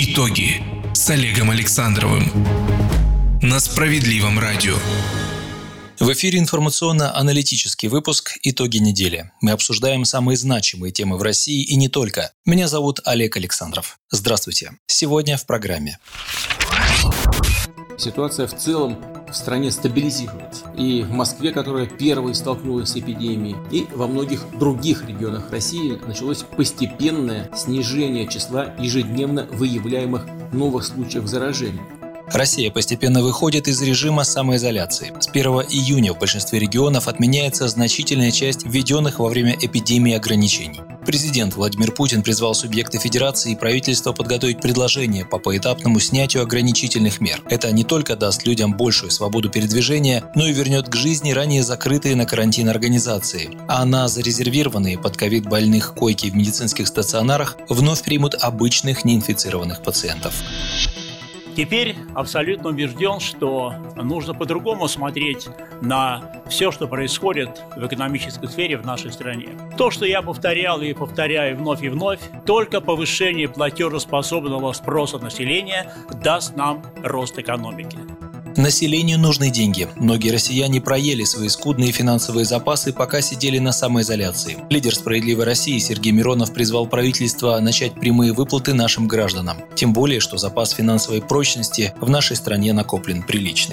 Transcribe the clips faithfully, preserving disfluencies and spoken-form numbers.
Итоги с Олегом Александровым на Справедливом радио. В эфире информационно-аналитический выпуск «Итоги недели». Мы обсуждаем самые значимые темы в России и не только. Меня зовут Олег Александров. Здравствуйте. Сегодня в программе. Ситуация в целом в стране стабилизируется. И в Москве, которая первой столкнулась с эпидемией, и во многих других регионах России началось постепенное снижение числа ежедневно выявляемых новых случаев заражения. Россия постепенно выходит из режима самоизоляции. С первого июня в большинстве регионов отменяется значительная часть введенных во время эпидемии ограничений. Президент Владимир Путин призвал субъекты федерации и правительства подготовить предложение по поэтапному снятию ограничительных мер. Это не только даст людям большую свободу передвижения, но и вернет к жизни ранее закрытые на карантин организации. А на зарезервированные под ковид больных койки в медицинских стационарах вновь примут обычных неинфицированных пациентов. Теперь абсолютно убежден, что нужно по-другому смотреть на все, что происходит в экономической сфере в нашей стране. То, что я повторял и повторяю вновь и вновь, только повышение платежеспособного спроса населения даст нам рост экономики. Населению нужны деньги. Многие россияне проели свои скудные финансовые запасы, пока сидели на самоизоляции. Лидер «Справедливой России» Сергей Миронов призвал правительство начать прямые выплаты нашим гражданам. Тем более, что запас финансовой прочности в нашей стране накоплен приличный.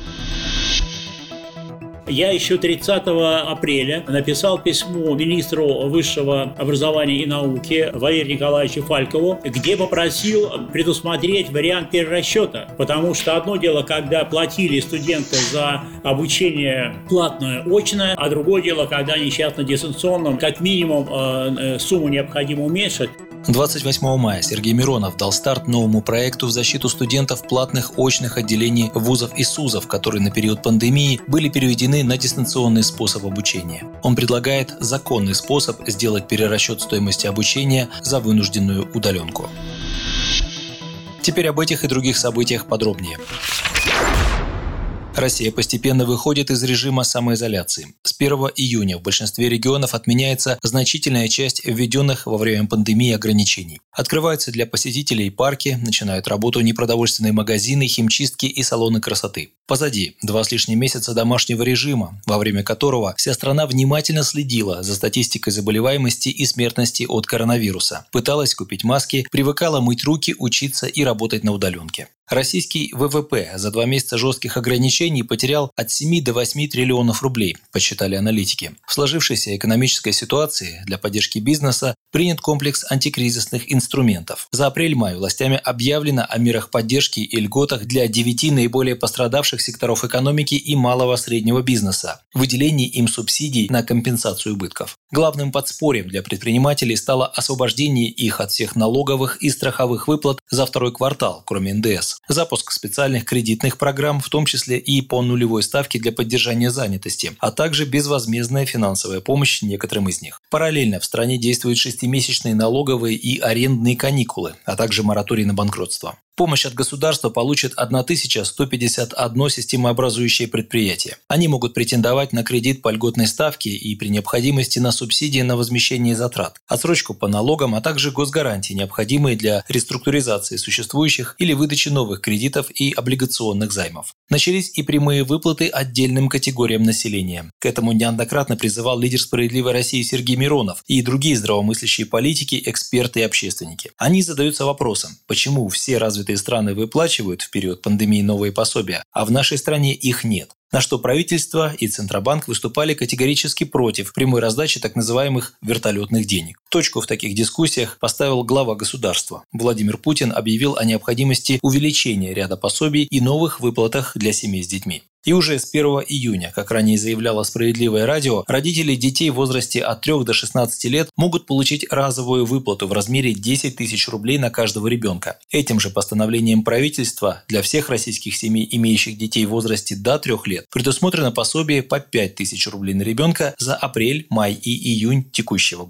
Я еще тридцатого апреля написал письмо министру высшего образования и науки Валерию Николаевичу Фалькову, где попросил предусмотреть вариант перерасчета. Потому что одно дело, когда платили студенты за обучение платное, очное, а другое дело, когда они сейчас на дистанционном, как минимум э, сумму необходимо уменьшить. двадцать восьмого мая Сергей Миронов дал старт новому проекту в защиту студентов платных очных отделений вузов и СУЗов, которые на период пандемии были переведены на дистанционный способ обучения. Он предлагает законный способ сделать перерасчет стоимости обучения за вынужденную удаленку. Теперь об этих и других событиях подробнее. Россия постепенно выходит из режима самоизоляции. С первого июня в большинстве регионов отменяется значительная часть введенных во время пандемии ограничений. Открываются для посетителей парки, начинают работу непродовольственные магазины, химчистки и салоны красоты. Позади два с лишним месяца домашнего режима, во время которого вся страна внимательно следила за статистикой заболеваемости и смертности от коронавируса. Пыталась купить маски, привыкала мыть руки, учиться и работать на удаленке. Российский вэ вэ пэ за два месяца жестких ограничений потерял от семи до восьми триллионов рублей, подсчитали аналитики. В сложившейся экономической ситуации для поддержки бизнеса принят комплекс антикризисных инструментов. За апрель-май властями объявлено о мерах поддержки и льготах для девяти наиболее пострадавших секторов экономики и малого-среднего бизнеса, выделении им субсидий на компенсацию убытков. Главным подспорьем для предпринимателей стало освобождение их от всех налоговых и страховых выплат за второй квартал, кроме эн дэ эс. Запуск специальных кредитных программ, в том числе и по нулевой ставке для поддержания занятости, а также безвозмездная финансовая помощь некоторым из них. Параллельно в стране действуют шестимесячные налоговые и арендные каникулы, а также мораторий на банкротство. Помощь от государства получит тысяча сто пятьдесят одно системообразующее предприятие. Они могут претендовать на кредит по льготной ставке и при необходимости на субсидии на возмещение затрат, отсрочку по налогам, а также госгарантии, необходимые для реструктуризации существующих или выдачи новых кредитов и облигационных займов. Начались и прямые выплаты отдельным категориям населения. К этому неоднократно призывал лидер «Справедливой России» Сергей Миронов и другие здравомыслящие политики, эксперты и общественники. Они задаются вопросом, почему все развитые страны выплачивают в период пандемии новые пособия, а в нашей стране их нет. На что правительство и Центробанк выступали категорически против прямой раздачи так называемых вертолетных денег. Точку в таких дискуссиях поставил глава государства. Владимир Путин объявил о необходимости увеличения ряда пособий и новых выплатах для семей с детьми. И уже с первого июня, как ранее заявляло «Справедливое радио», родители детей в возрасте от трёх до шестнадцати лет могут получить разовую выплату в размере десять тысяч рублей на каждого ребенка. Этим же постановлением правительства для всех российских семей, имеющих детей в возрасте до трёх лет, предусмотрено пособие по пять тысяч рублей на ребенка за апрель, май и июнь текущего года.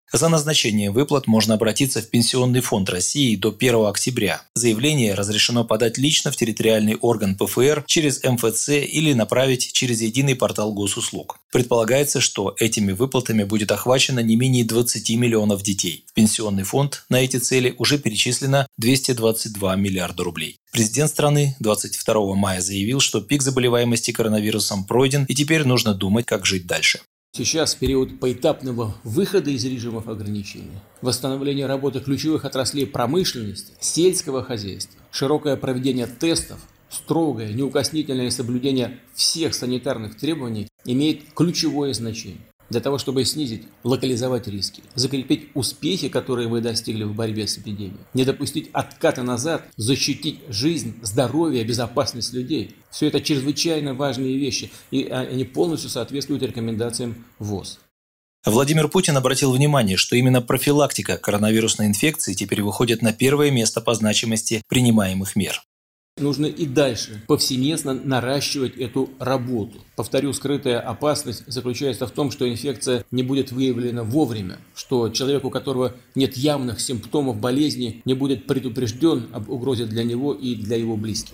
За назначением выплат можно обратиться в Пенсионный фонд России до первого октября. Заявление разрешено подать лично в территориальный орган Пэ Эф Эр через Эм Эф Цэ или направить через единый портал госуслуг. Предполагается, что этими выплатами будет охвачено не менее двадцати миллионов детей. В Пенсионный фонд на эти цели уже перечислено двести двадцать два миллиарда рублей. Президент страны двадцать второго мая заявил, что пик заболеваемости коронавирусом пройден и теперь нужно думать, как жить дальше. Сейчас период поэтапного выхода из режимов ограничений, восстановления работы ключевых отраслей промышленности, сельского хозяйства, широкое проведение тестов, строгое, неукоснительное соблюдение всех санитарных требований имеет ключевое значение для того, чтобы снизить, локализовать риски, закрепить успехи, которые вы достигли в борьбе с эпидемией, не допустить отката назад, защитить жизнь, здоровье, безопасность людей. Все это чрезвычайно важные вещи, и они полностью соответствуют рекомендациям ВОЗ. Владимир Путин обратил внимание, что именно профилактика коронавирусной инфекции теперь выходит на первое место по значимости принимаемых мер. Нужно и дальше повсеместно наращивать эту работу. Повторю, скрытая опасность заключается в том, что инфекция не будет выявлена вовремя, что человек, у которого нет явных симптомов болезни, не будет предупрежден об угрозе для него и для его близких.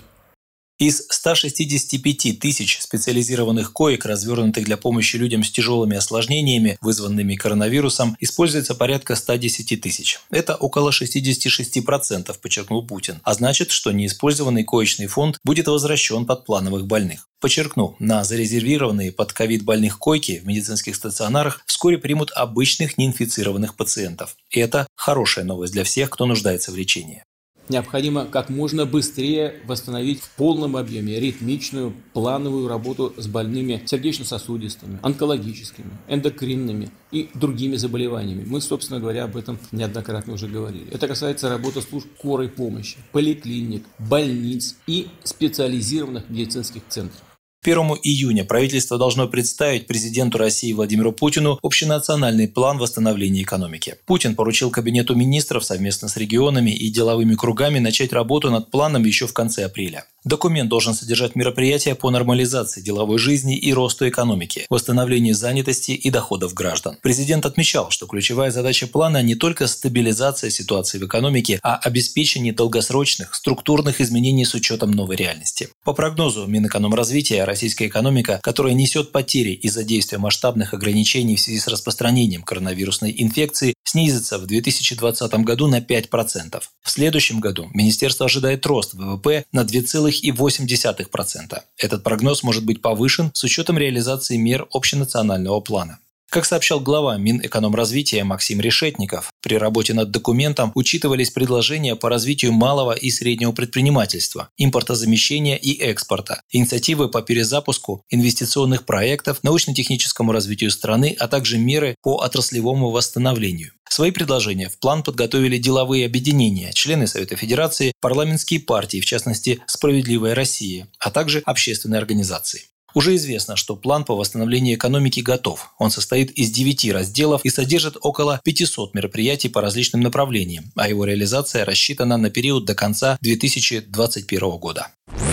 Из ста шестидесяти пяти тысяч специализированных коек, развернутых для помощи людям с тяжелыми осложнениями, вызванными коронавирусом, используется порядка ста десяти тысяч. Это около шестьдесят шесть процентов, подчеркнул Путин. А значит, что неиспользованный коечный фонд будет возвращен под плановых больных. Подчеркну, на зарезервированные под ковид больных койки в медицинских стационарах вскоре примут обычных неинфицированных пациентов. И это хорошая новость для всех, кто нуждается в лечении. Необходимо как можно быстрее восстановить в полном объеме ритмичную, плановую работу с больными сердечно-сосудистыми, онкологическими, эндокринными и другими заболеваниями. Мы, собственно говоря, об этом неоднократно уже говорили. Это касается работы служб скорой помощи, поликлиник, больниц и специализированных медицинских центров. первого июня правительство должно представить президенту России Владимиру Путину общенациональный план восстановления экономики. Путин поручил Кабинету министров совместно с регионами и деловыми кругами начать работу над планом еще в конце апреля. Документ должен содержать мероприятия по нормализации деловой жизни и росту экономики, восстановлению занятости и доходов граждан. Президент отмечал, что ключевая задача плана не только стабилизация ситуации в экономике, а обеспечение долгосрочных структурных изменений с учетом новой реальности. По прогнозу Минэкономразвития, российская экономика, которая несет потери из-за действия масштабных ограничений в связи с распространением коронавирусной инфекции, снизится в две тысячи двадцатом году на пять процентов. В следующем году министерство ожидает рост вэ вэ пэ на два целых восемь десятых процента. Этот прогноз может быть повышен с учетом реализации мер общенационального плана. Как сообщал глава Минэкономразвития Максим Решетников, при работе над документом учитывались предложения по развитию малого и среднего предпринимательства, импортозамещения и экспорта, инициативы по перезапуску инвестиционных проектов, научно-техническому развитию страны, а также меры по отраслевому восстановлению. Свои предложения в план подготовили деловые объединения, члены Совета Федерации, парламентские партии, в частности «Справедливая Россия», а также общественные организации. Уже известно, что план по восстановлению экономики готов. Он состоит из девяти разделов и содержит около пятисот мероприятий по различным направлениям, а его реализация рассчитана на период до конца две тысячи двадцать первого года.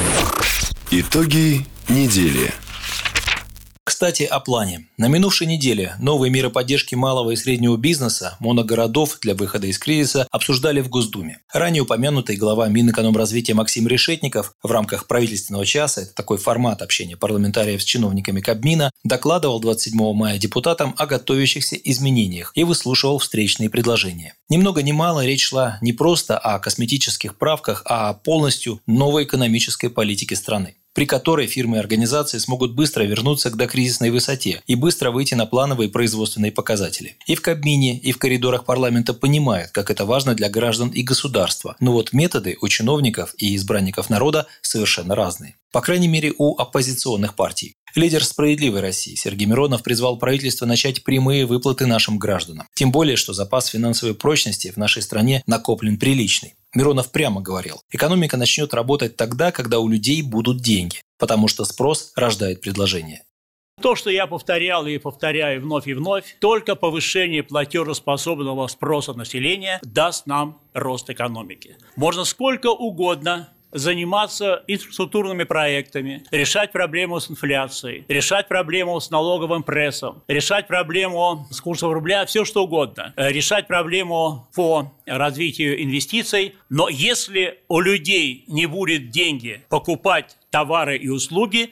Итоги недели. Кстати, о плане. На минувшей неделе новые меры поддержки малого и среднего бизнеса, моногородов для выхода из кризиса обсуждали в Госдуме. Ранее упомянутый глава Минэкономразвития Максим Решетников в рамках правительственного часа, это такой формат общения парламентариев с чиновниками Кабмина, докладывал двадцать седьмого мая депутатам о готовящихся изменениях и выслушивал встречные предложения. Ни много ни мало речь шла не просто о косметических правках, а о полностью новой экономической политике страны, при которой фирмы и организации смогут быстро вернуться к докризисной высоте и быстро выйти на плановые производственные показатели. И в Кабмине, и в коридорах парламента понимают, как это важно для граждан и государства. Но вот методы у чиновников и избранников народа совершенно разные. По крайней мере, у оппозиционных партий. Лидер «Справедливой России» Сергей Миронов призвал правительство начать прямые выплаты нашим гражданам. Тем более, что запас финансовой прочности в нашей стране накоплен приличный. Миронов прямо говорил, экономика начнет работать тогда, когда у людей будут деньги, потому что спрос рождает предложение. То, что я повторял и повторяю вновь и вновь, только повышение платежеспособного спроса населения даст нам рост экономики. Можно сколько угодно заниматься инфраструктурными проектами, решать проблему с инфляцией, решать проблему с налоговым прессом, решать проблему с курсом рубля, все что угодно, решать проблему по развитию инвестиций. Но если у людей не будет деньги покупать товары и услуги,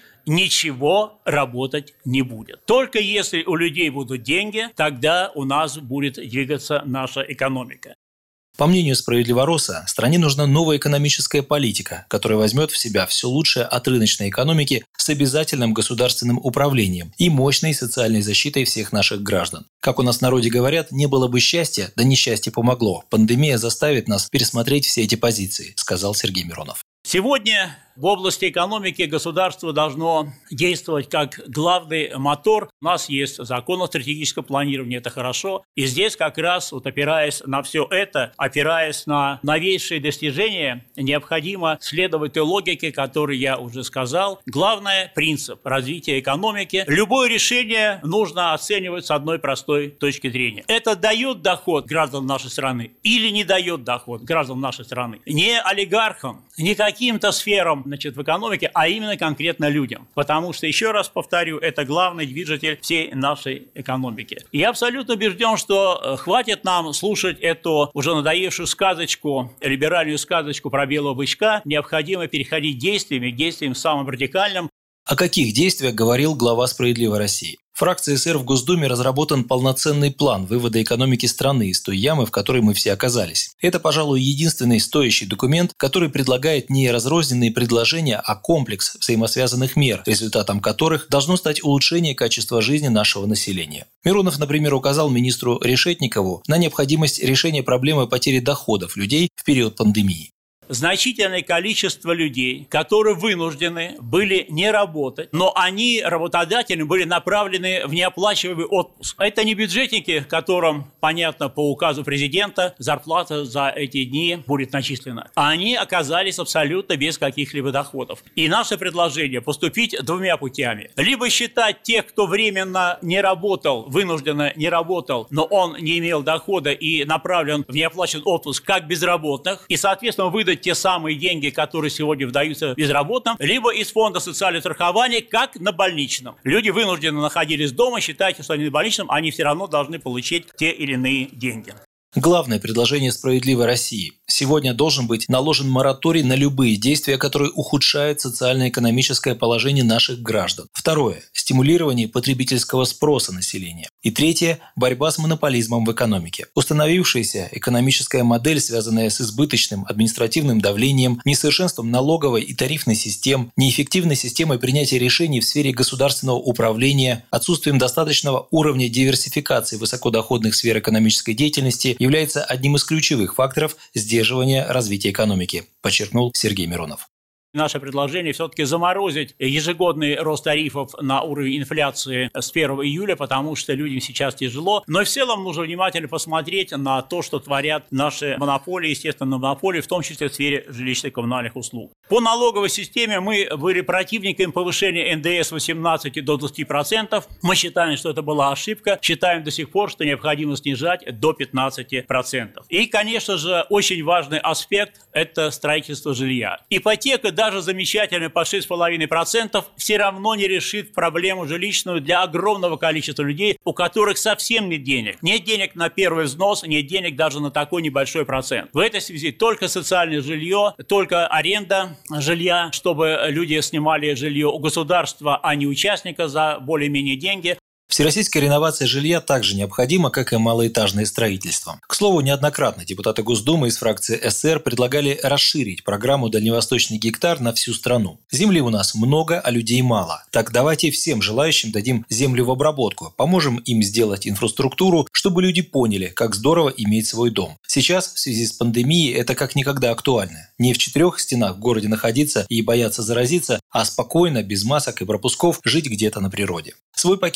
ничего работать не будет. Только если у людей будут деньги, тогда у нас будет двигаться наша экономика. По мнению «Справедливороса», стране нужна новая экономическая политика, которая возьмет в себя все лучшее от рыночной экономики с обязательным государственным управлением и мощной социальной защитой всех наших граждан. Как у нас в народе говорят, не было бы счастья, да несчастье помогло. Пандемия заставит нас пересмотреть все эти позиции, сказал Сергей Миронов. Сегодня в области экономики государство должно действовать как главный мотор. У нас есть закон о стратегическом планировании, это хорошо. И здесь как раз, вот опираясь на все это, опираясь на новейшие достижения, необходимо следовать той логике, которую я уже сказал. Главное – принцип развития экономики. Любое решение нужно оценивать с одной простой точки зрения. Это дает доход гражданам нашей страны или не дает доход гражданам нашей страны? Не олигархам, не каким-то сферам, значит, в экономике, а именно конкретно людям. Потому что, еще раз повторю, это главный движитель всей нашей экономики. И я абсолютно убежден, что хватит нам слушать эту уже надоевшую сказочку, либеральную сказочку про белого бычка. Необходимо переходить действиями к действиям самым радикальным. О каких действиях говорил глава «Справедливой России»? Фракцией эс эр в Госдуме разработан полноценный план вывода экономики страны из той ямы, в которой мы все оказались. Это, пожалуй, единственный стоящий документ, который предлагает не разрозненные предложения, а комплекс взаимосвязанных мер, результатом которых должно стать улучшение качества жизни нашего населения. Миронов, например, указал министру Решетникову на необходимость решения проблемы потери доходов людей в период пандемии. Значительное количество людей, которые вынуждены были не работать, но они работодателям были направлены в неоплачиваемый отпуск. Это не бюджетники, которым, понятно, по указу президента зарплата за эти дни будет начислена. Они оказались абсолютно без каких-либо доходов. И наше предложение поступить двумя путями. Либо считать тех, кто временно не работал, вынужденно не работал, но он не имел дохода и направлен в неоплачиваемый отпуск как безработных, и, соответственно, выдать те самые деньги, которые сегодня выдаются безработным, либо из фонда социального страхования, как на больничном. Люди вынуждены находились дома, считайте, что они на больничном, они все равно должны получить те или иные деньги. Главное предложение «Справедливой России». Сегодня должен быть наложен мораторий на любые действия, которые ухудшают социально-экономическое положение наших граждан. Второе – стимулирование потребительского спроса населения. И третье – борьба с монополизмом в экономике. Установившаяся экономическая модель, связанная с избыточным административным давлением, несовершенством налоговой и тарифной систем, неэффективной системой принятия решений в сфере государственного управления, отсутствием достаточного уровня диверсификации высокодоходных сфер экономической деятельности является одним из ключевых факторов сдерживания развития экономики, подчеркнул Сергей Миронов. Наше предложение все-таки заморозить ежегодный рост тарифов на уровень инфляции с первого июля, потому что людям сейчас тяжело. Но в целом нужно внимательно посмотреть на то, что творят наши монополии, естественно, монополии, в том числе в сфере жилищно-коммунальных услуг. По налоговой системе мы были противниками повышения эн дэ эс с восемнадцати до двадцати процентов. Мы считаем, что это была ошибка. Считаем до сих пор, что необходимо снижать до пятнадцати процентов. И, конечно же, очень важный аспект – это строительство жилья. Ипотека, даже замечательная по шесть целых пять десятых процента, все равно не решит проблему жилищную для огромного количества людей, у которых совсем нет денег. Нет денег на первый взнос, нет денег даже на такой небольшой процент. В этой связи только социальное жилье, только аренда жилья, чтобы люди снимали жилье у государства, а не участника за более-менее деньги. Всероссийская реновация жилья также необходима, как и малоэтажное строительство. К слову, неоднократно депутаты Госдумы из фракции эс эр предлагали расширить программу «Дальневосточный гектар» на всю страну. Земли у нас много, а людей мало. Так давайте всем желающим дадим землю в обработку, поможем им сделать инфраструктуру, чтобы люди поняли, как здорово иметь свой дом. Сейчас, в связи с пандемией, это как никогда актуально. Не в четырех стенах в городе находиться и бояться заразиться, а спокойно, без масок и пропусков, жить где-то на природе. Свой пакет предложений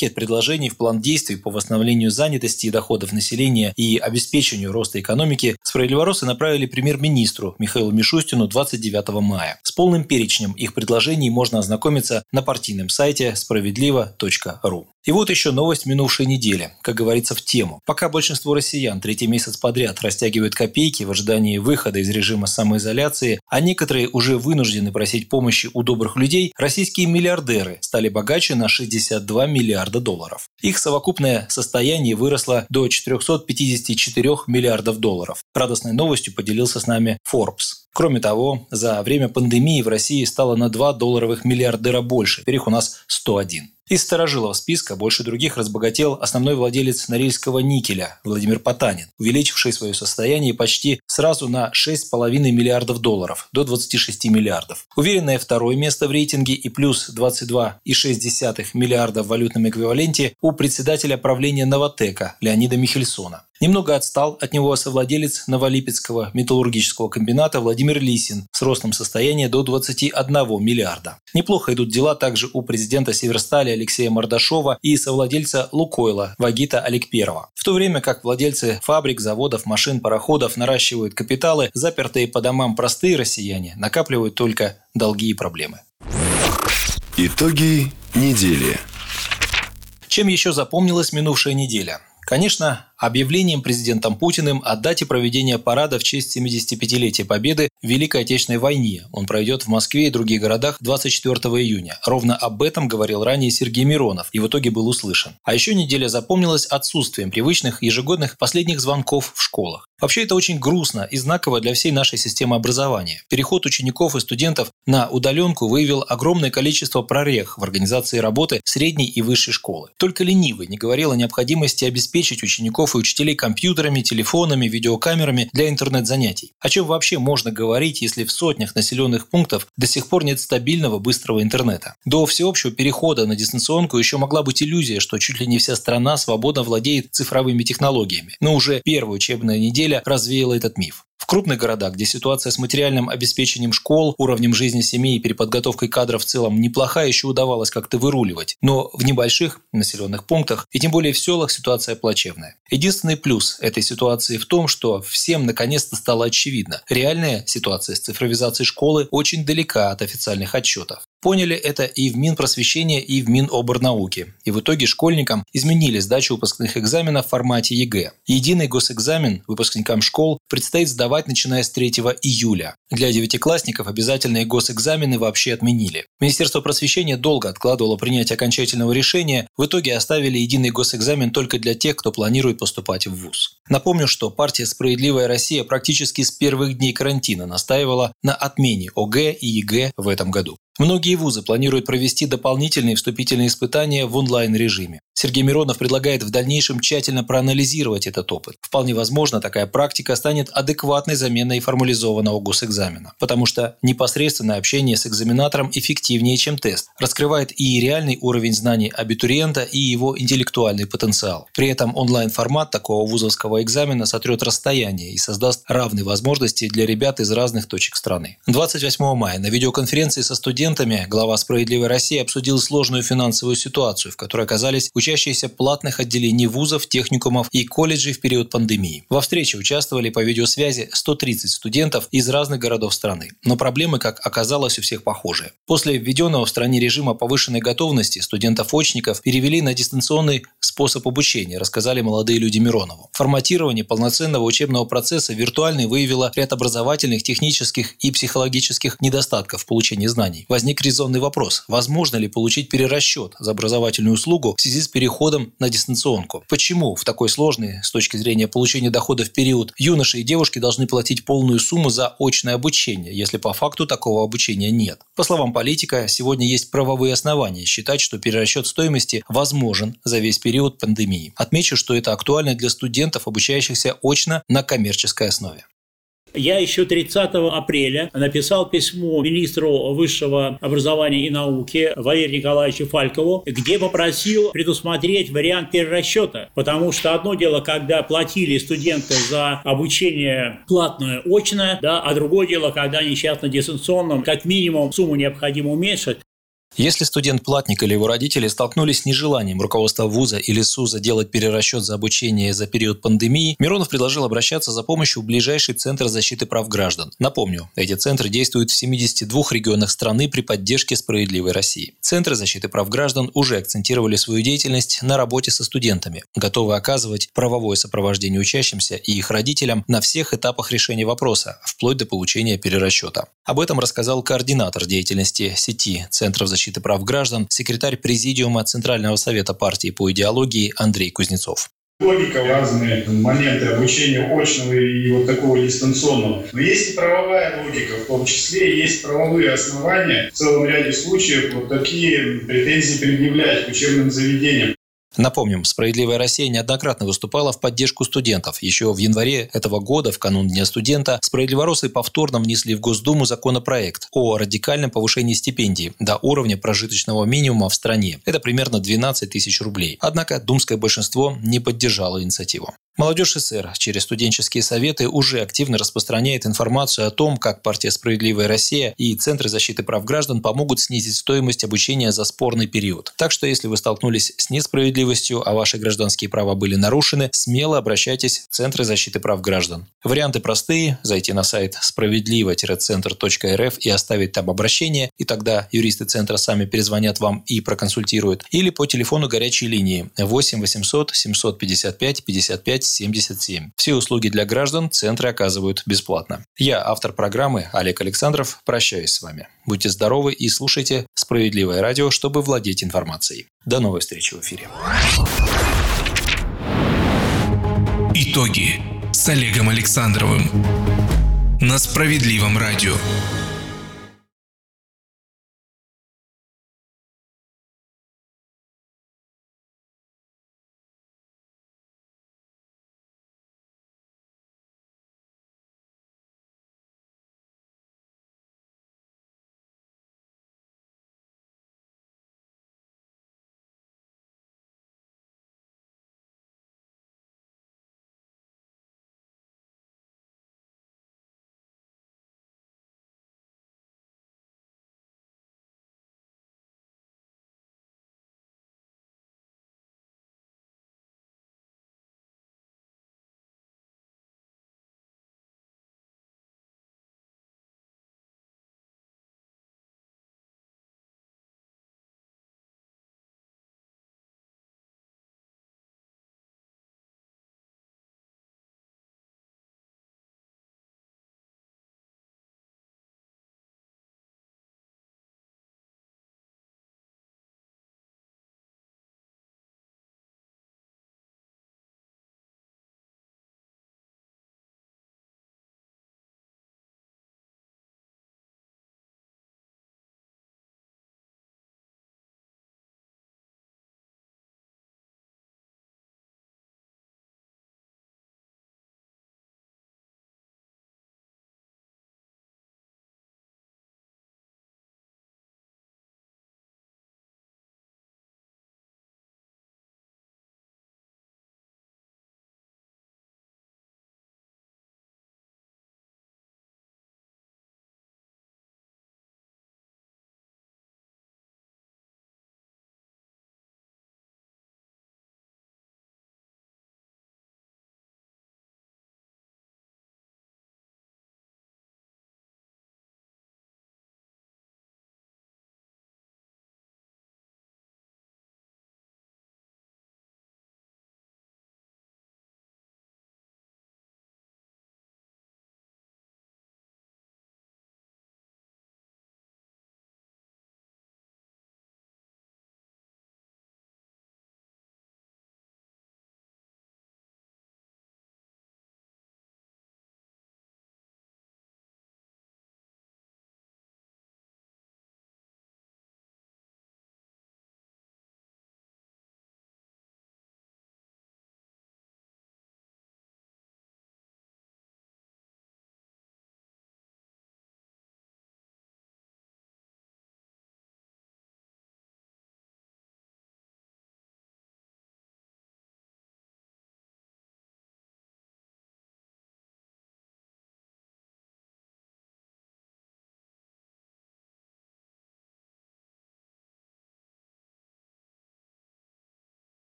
предложений в план действий по восстановлению занятости и доходов населения и обеспечению роста экономики справедливоросы направили премьер-министру Михаилу Мишустину двадцать девятого мая. С полным перечнем их предложений можно ознакомиться на партийном сайте справедливо точка ру. И вот еще новость минувшей недели, как говорится, в тему. Пока большинство россиян третий месяц подряд растягивают копейки в ожидании выхода из режима самоизоляции, а некоторые уже вынуждены просить помощи у добрых людей, российские миллиардеры стали богаче на шестьдесят два миллиарда долларов. Их совокупное состояние выросло до четырехсот пятидесяти четырёх миллиардов долларов. Радостной новостью поделился с нами Forbes. Кроме того, за время пандемии в России стало на два долларовых миллиардера больше, теперь их у нас сто один. Из старожилов списка больше других разбогател основной владелец Норильского никеля Владимир Потанин, увеличивший свое состояние почти сразу на шесть с половиной миллиардов долларов, до двадцати шести миллиардов. Уверенное второе место в рейтинге и плюс двадцать два и шесть десятых миллиарда в валютном эквиваленте у председателя правления Новатэка Леонида Михельсона. Немного отстал от него совладелец Новолипецкого металлургического комбината Владимир Лисин с ростом состояния до двадцати одного миллиарда. Неплохо идут дела также у президента Северстали Алексея Мордашова и совладельца Лукойла Вагита Аликперова. В то время как владельцы фабрик, заводов, машин, пароходов наращивают капиталы, запертые по домам простые россияне накапливают только долги и проблемы. Итоги недели. Чем еще запомнилась минувшая неделя? Конечно, объявлением президентом Путиным о дате проведения парада в честь семидесятипятилетия Победы в Великой Отечественной войне. Он пройдет в Москве и других городах двадцать четвёртого июня. Ровно об этом говорил ранее Сергей Миронов и в итоге был услышан. А еще неделя запомнилась отсутствием привычных ежегодных последних звонков в школах. Вообще это очень грустно и знаково для всей нашей системы образования. Переход учеников и студентов на удаленку выявил огромное количество прорех в организации работы средней и высшей школы. Только ленивый не говорил о необходимости обеспечить учеников и учителей компьютерами, телефонами, видеокамерами для интернет-занятий. О чем вообще можно говорить, если в сотнях населенных пунктов до сих пор нет стабильного быстрого интернета? До всеобщего перехода на дистанционку еще могла быть иллюзия, что чуть ли не вся страна свободно владеет цифровыми технологиями. Но уже первая учебная неделя развеяла этот миф. В крупных городах, где ситуация с материальным обеспечением школ, уровнем жизни семей и переподготовкой кадров в целом неплохая, еще удавалось как-то выруливать. Но в небольших населенных пунктах и тем более в селах ситуация плачевная. Единственный плюс этой ситуации в том, что всем наконец-то стало очевидно. Реальная ситуация с цифровизацией школы очень далека от официальных отчетов. Поняли это и в Минпросвещения, и в Миноборнауки. И в итоге школьникам изменили сдачу выпускных экзаменов в формате ЕГЭ. Единый госэкзамен выпускникам школ предстоит сдавать начиная с третьего июля. Для девятиклассников обязательные госэкзамены вообще отменили. Министерство просвещения долго откладывало принятие окончательного решения. В итоге оставили единый госэкзамен только для тех, кто планирует поступать в вуз. Напомню, что партия «Справедливая Россия» практически с первых дней карантина настаивала на отмене ОГЭ и ЕГЭ в этом году. Многие вузы планируют провести дополнительные вступительные испытания в онлайн-режиме. Сергей Миронов предлагает в дальнейшем тщательно проанализировать этот опыт. Вполне возможно, такая практика станет адекватной заменой формализованного госэкзамена, потому что непосредственное общение с экзаменатором эффективнее, чем тест, раскрывает и реальный уровень знаний абитуриента, и его интеллектуальный потенциал. При этом онлайн-формат такого вузовского экзамена сотрет расстояние и создаст равные возможности для ребят из разных точек страны. двадцать восьмого мая на видеоконференции со студентами глава «Справедливой России» обсудил сложную финансовую ситуацию, в которой оказались учащиеся платных отделений вузов, техникумов и колледжей в период пандемии. Во встрече участвовали по видеосвязи сто тридцать студентов из разных городов страны. Но проблемы, как оказалось, у всех похожие. После введенного в стране режима повышенной готовности студентов-очников перевели на дистанционный способ обучения, рассказали молодые люди Миронову. Форматирование полноценного учебного процесса виртуальный выявило ряд образовательных, технических и психологических недостатков в получении знаний. Возник резонный вопрос: возможно ли получить перерасчет за образовательную услугу в связи с переходом на дистанционку? Почему в такой сложный с точки зрения получения доходов период юноши и девушки должны платить полную сумму за очное обучение, если по факту такого обучения нет? По словам политика, сегодня есть правовые основания считать, что перерасчет стоимости возможен за весь период пандемии. Отмечу, что это актуально для студентов, обучающихся очно на коммерческой основе. Я еще тридцатого апреля написал письмо министру высшего образования и науки Валерию Николаевичу Фалькову, где попросил предусмотреть вариант перерасчета. Потому что одно дело, когда платили студенты за обучение платное очное, да, а другое дело, когда они сейчас на дистанционном, как минимум сумму необходимо уменьшить. Если студент-платник или его родители столкнулись с нежеланием руководства вуза или СУЗа делать перерасчет за обучение за период пандемии, Миронов предложил обращаться за помощью в ближайший Центр защиты прав граждан. Напомню, эти центры действуют в семидесяти двух регионах страны при поддержке «Справедливой России». Центры защиты прав граждан уже акцентировали свою деятельность на работе со студентами, готовы оказывать правовое сопровождение учащимся и их родителям на всех этапах решения вопроса, вплоть до получения перерасчета. Об этом рассказал координатор деятельности сети Центров защиты защиты прав граждан, секретарь Президиума Центрального совета партии по идеологии Андрей Кузнецов. Логика, разные моменты обучения очного и вот такого дистанционного. Но есть и правовая логика, в том числе есть правовые основания в целом ряде случаев вот такие претензии предъявлять к учебным заведениям. Напомним, «Справедливая Россия» неоднократно выступала в поддержку студентов. Еще в январе этого года, в канун Дня студента, справедливоросы повторно внесли в Госдуму законопроект о радикальном повышении стипендий до уровня прожиточного минимума в стране. Это примерно двенадцать тысяч рублей. Однако думское большинство не поддержало инициативу. Молодежь СССР через студенческие советы уже активно распространяет информацию о том, как партия «Справедливая Россия» и Центры защиты прав граждан помогут снизить стоимость обучения за спорный период. Так что, если вы столкнулись с несправедливостью, а ваши гражданские права были нарушены, смело обращайтесь в Центры защиты прав граждан. Варианты простые – зайти на сайт справедливо центр точка эр эф и оставить там обращение, и тогда юристы Центра сами перезвонят вам и проконсультируют. Или по телефону горячей линии восемь восемьсот семьсот пятьдесят пять пятьдесят пять семьдесят семь. Все услуги для граждан центры оказывают бесплатно. Я, автор программы Олег Александров, прощаюсь с вами. Будьте здоровы и слушайте «Справедливое радио», чтобы владеть информацией. До новой встречи в эфире. Итоги с Олегом Александровым на Справедливом радио.